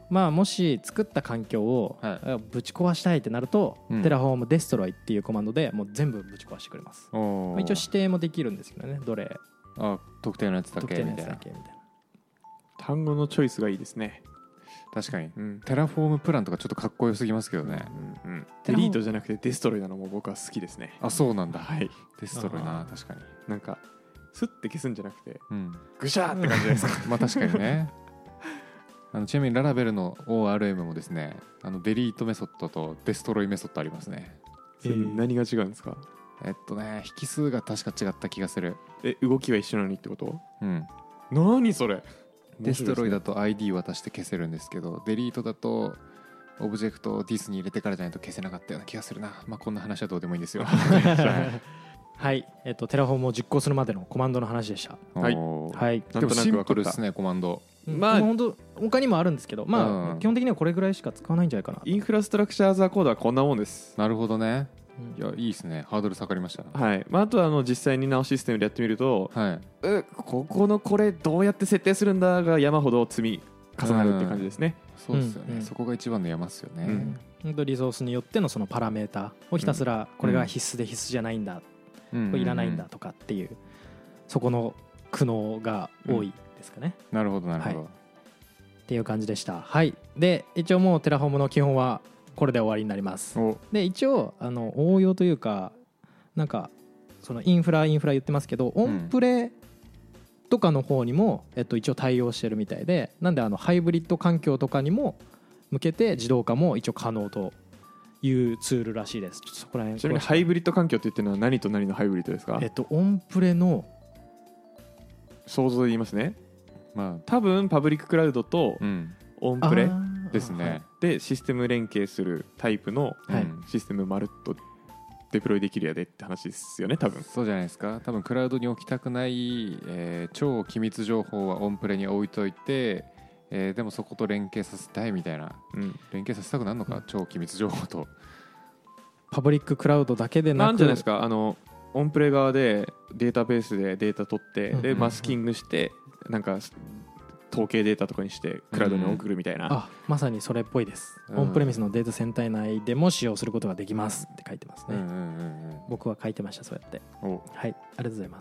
まあ、もし作った環境をぶち壊したいってなると、テラフォームデストロイっていうコマンドでもう全部ぶち壊してくれます。まあ、一応指定もできるんですけどね、どれ特定のやつだけみたいな。 単語のチョイスがいいですね。 確かに、テラフォームプランとかちょっとかっこよすぎますけどね。 デリートじゃなくてデストロイなのも僕は好きですね。 あ、そうなんだ。 はい、 デストロイな。確かになんかスッて消すんじゃなくて、ぐしゃーって感じじゃないですか。 まあ確かにね。ちなみにララベルの ORM もですね、デリートメソッドとデストロイメソッドありますね。 何が違うんですか？ 引数が確か違った気がする。 動きは一緒なのにってこと？ 何それ？ デストロイだと ID 渡して消せるんですけど、デリートだとオブジェクトを this に入れてからじゃないと消せなかったような気がするな。まあこんな話はどうでもいいんですよ。 はい、テラフォームを実行するまでのコマンドの話でした。 はい、 はい、 でもシンプルですね、コマンド。 まあ本当他にもあるんですけど、まあ基本的にはこれぐらいしか使わないんじゃないかな。 インフラストラクチャーズアコードはこんなもんです。 なるほどね。いや、いいですね。ハードル下がりました。 はい。まあ、あとは実際にナオシステムでやってみると、ここのこれどうやって設定するんだが山ほど積み重なるって感じですね。 そうですよね。そこが一番の山ですよね。 リソースによってのそのパラメータをひたすらこれが必須で必須じゃないんだ、これいらないんだとかっていう、そこの苦悩が多いですかね。 なるほどなるほど。 っていう感じでした。はい。で一応もうテラフォームの基本はこれで終わりになります。で一応応用というか、なんかそのインフラ言ってますけど、オンプレとかの方にも、一応対応してるみたいで、なんでハイブリッド環境とかにも向けて自動化も一応可能というツールらしいです。ちょっとそこら辺。 ちなみにハイブリッド環境って言ってるのは何と何のハイブリッドですか？ オンプレの想像で言いますね。まあ多分パブリッククラウドとオンプレですね。 でシステム連携するタイプのシステムまるっとデプロイできるやでって話ですよね、多分。 そうじゃないですか。多分クラウドに置きたくない、超機密情報はオンプレに置いといて、でもそこと連携させたいみたいな、連携させたくなるのか、超機密情報とパブリッククラウドだけでなく、 なんじゃないですか、オンプレ側でデータベースでデータ取って、でマスキングしてなんか統計データとかにしてクラウドに送るみたいな、 まさにそれっぽいです。オンプレミスのデータセンター内でも使用することができますって書いてますね。僕は書いてました、そうやって。はい、ありがとうございます。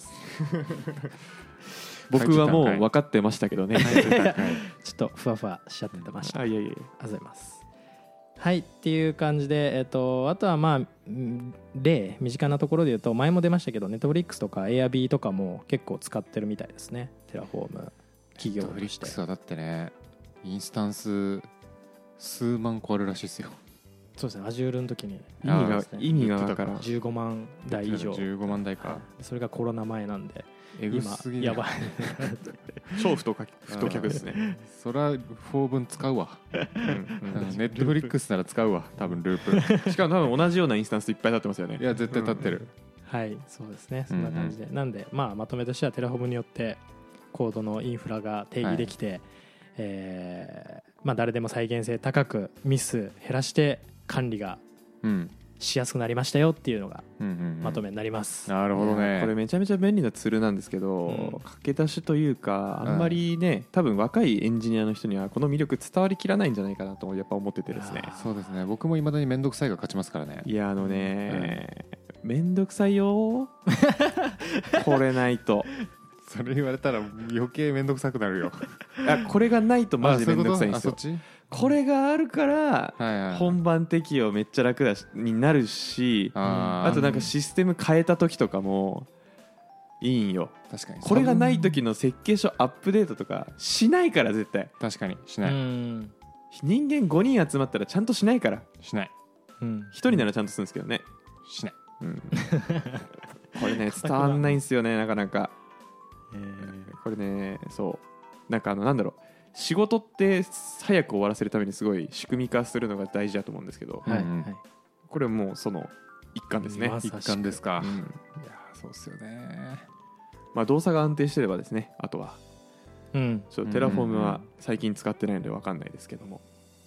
僕はもう分かってましたけどね。ちょっとふわふわしちゃってました。 いやいや、 ありがとうございます。はいっていう感じで、あとはまあ身近なところで言うと、前も出ましたけど、ネットフリックスとか Airb とかも結構使ってるみたいですね、テラフォーム企業として。ネットフリックスはだってね、インスタンス数万個あるらしいですよ。 そうですね、Azure の時に意味がだから 15万台以上、 15万台か。 それがコロナ前なんで今やばい。 超太客ですね。 それは4分使うわ。ネットフリックスなら使うわ、多分ループ。しかも多分同じようなインスタンスいっぱい立ってますよね。 いや絶対立ってる。 はい、そうですね、そんな感じで、なんでまとめとしてはテラフォームによってコードのインフラが定義できて、誰でも再現性高くミス減らして管理がしやすくなりましたよっていうのがまとめになります。 なるほどね。 これめちゃめちゃ便利なツールなんですけど、駆け出しというかあんまりね、多分若いエンジニアの人にはこの魅力伝わりきらないんじゃないかなとやっぱ思っててですね。 そうですね、僕もいまだに面倒くさいが勝ちますからね。 いや面倒くさいよこれないと。 それ言われたら余計面倒くさくなるよ。 これがないとマジで面倒くさいんですよ。これがあるから本番適用めっちゃ楽になるし、あとなんかシステム変えた時とかもいいんよ。 確かに。 これがない時の設計書アップデートとかしないから、絶対。 確かにしない。 人間5人集まったらちゃんとしないから。 しない。 1人ならちゃんとするんですけどね。 しない。 これね伝わんないんですよね、なかなか。これね、そうなんかなんだろう、仕事って早く終わらせるためにすごい仕組み化するのが大事だと思うんですけど、これもうその一環ですね。 一環ですか。いやそうですよね。 動作が安定してればですね、あとはテラフォームは最近使ってないので分かんないですけども、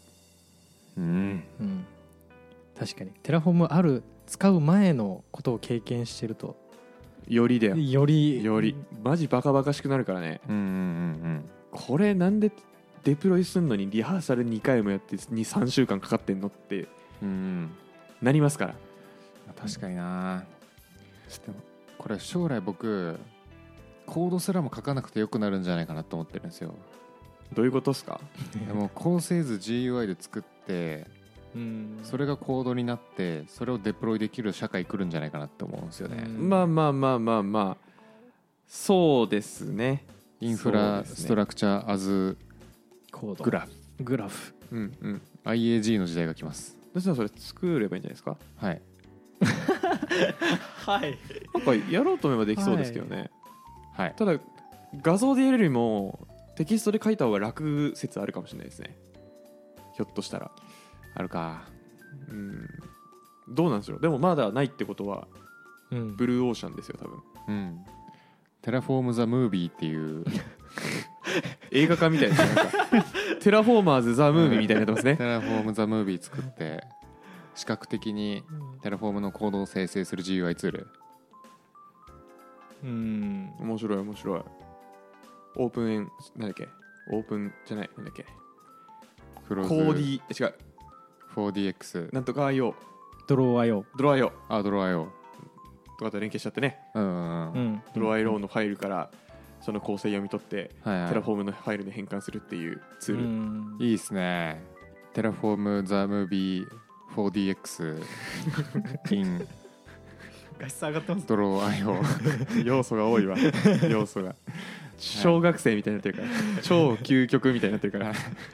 確かにテラフォーム使う前のことを経験してるとよりよりマジバカバカしくなるからね。これなんでデプロイするのにリハーサル2回もやって3週間かかってんのってなりますから。 確かにな。でもこれ将来僕コードすらも書かなくてよくなるんじゃないかなと思ってるんですよ。 どういうことですか？ でも構成図 GUI で作ってそれがコードになってそれをデプロイできる社会来るんじゃないかなって思うんですよね。 まあそうですね。 インフラストラクチャーアズコードグラフ、 IAG の時代が来ます。 そしたらそれ作ればいいんじゃないですか？ はいはいなんかやろうと思えばできそうですけどね、 はい、 ただ画像でやるよりもテキストで書いた方が楽説あるかもしれないですね。ひょっとしたらあるか。 どうなんでしょう。でもまだないってことは、ブルーオーシャンですよ多分。 テラフォームザムービーっていう映画化みたいななんかテラフォーマーズザムービーみたいになってますね。 テラフォームザムービー作って視覚的にテラフォームのコードを生成する GUI ツール。 面白い面白い。オープンなんだっけ、オープンじゃないなんだっけ、 クローズコーディ違う 4DX なんとか IO ドロー IO ドロ IO ドロ IO とかと連携しちゃってね、 ドロ IO のファイルからその構成読み取って、テラフォームのファイルに変換するっていうツール。 いいですね。テラフォームザムービー 4DX in 画質上がってます。 ドロ IO 要素が多いわ要素が小学生みたいになってるから超究極みたいになってるから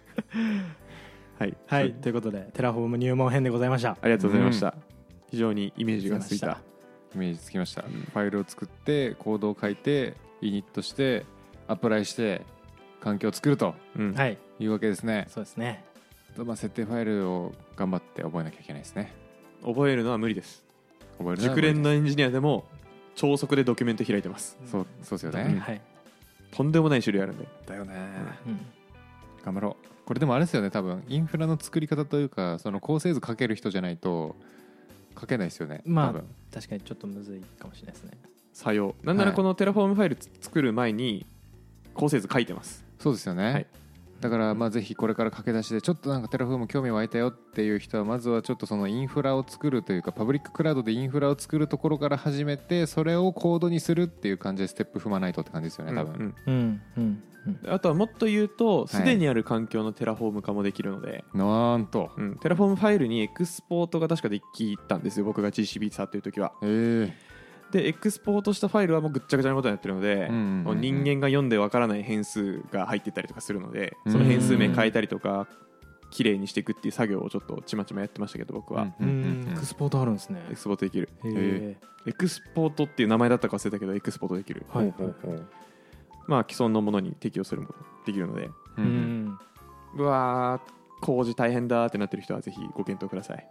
はい、 ということでテラフォーム入門編でございました。 ありがとうございました。非常にイメージがついた。 イメージつきました。ファイルを作ってコードを書いてイニットしてアプライして環境を作るというわけですね。 そうですね。 設定ファイルを頑張って覚えなきゃいけないですね。 覚えるのは無理です。熟練のエンジニアでも超速でドキュメント開いてます。 そうですよね、 とんでもない種類あるんで。 だよね、頑張ろう。これでもあれですよね、多分インフラの作り方というかその構成図書ける人じゃないと書けないですよね。多分確かにちょっとむずいかもしれないですね。 作用なんならこのテラフォームファイル作る前に構成図書いてます。 そうですよね、だからぜひこれから駆け出しでちょっとなんかテラフォーム興味湧いたよっていう人はまずはちょっとそのインフラを作るというかパブリッククラウドでインフラを作るところから始めてそれをコードにするっていう感じでステップ踏まないとって感じですよね多分。 あとはもっと言うとすでにある環境のテラフォーム化もできるので、 なんと、 テラフォームファイルにエクスポートが確かできたんですよ僕が GCB 触ってる時は。でエクスポートしたファイルはもうぐっちゃぐちゃなことになってるので、人間が読んでわからない変数が入ってたりとかするのでその変数名変えたりとか綺麗にしていくっていう作業をちょっとちまちまやってましたけど僕は。 エクスポートあるんですね。 エクスポートできる。エクスポートっていう名前だったか忘れたけどエクスポートできる。既存のものに適用するもできるので、うわー工事大変だってなってる人はぜひご検討ください。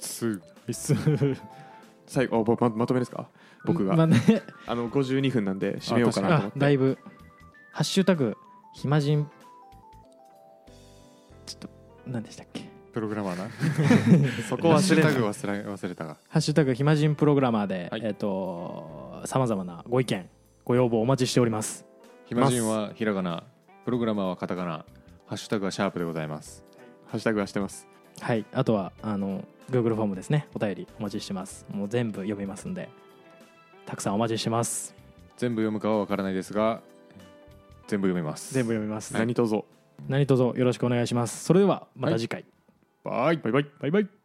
最後 まとめですか僕が、52分なんで締めようかなと思って。 だいぶハッシュタグ暇人ちょっと何でしたっけプログラマーなそこは忘れたがハッシュタグ暇人プログラマーでさまざまなご意見ご要望お待ちしております。 暇人はひらがな、プログラマーはカタカナ、ハッシュタグはシャープでございます。 ハッシュタグはしてます。 はい。あとはGoogle フォームですね。お便りお待ちしてます。もう全部読みますんでたくさんお待ちしてます。 全部読むかは分からないですが全部読みます。 全部読みます。 何卒よろしくお願いします。それではまた次回、 バイバイ。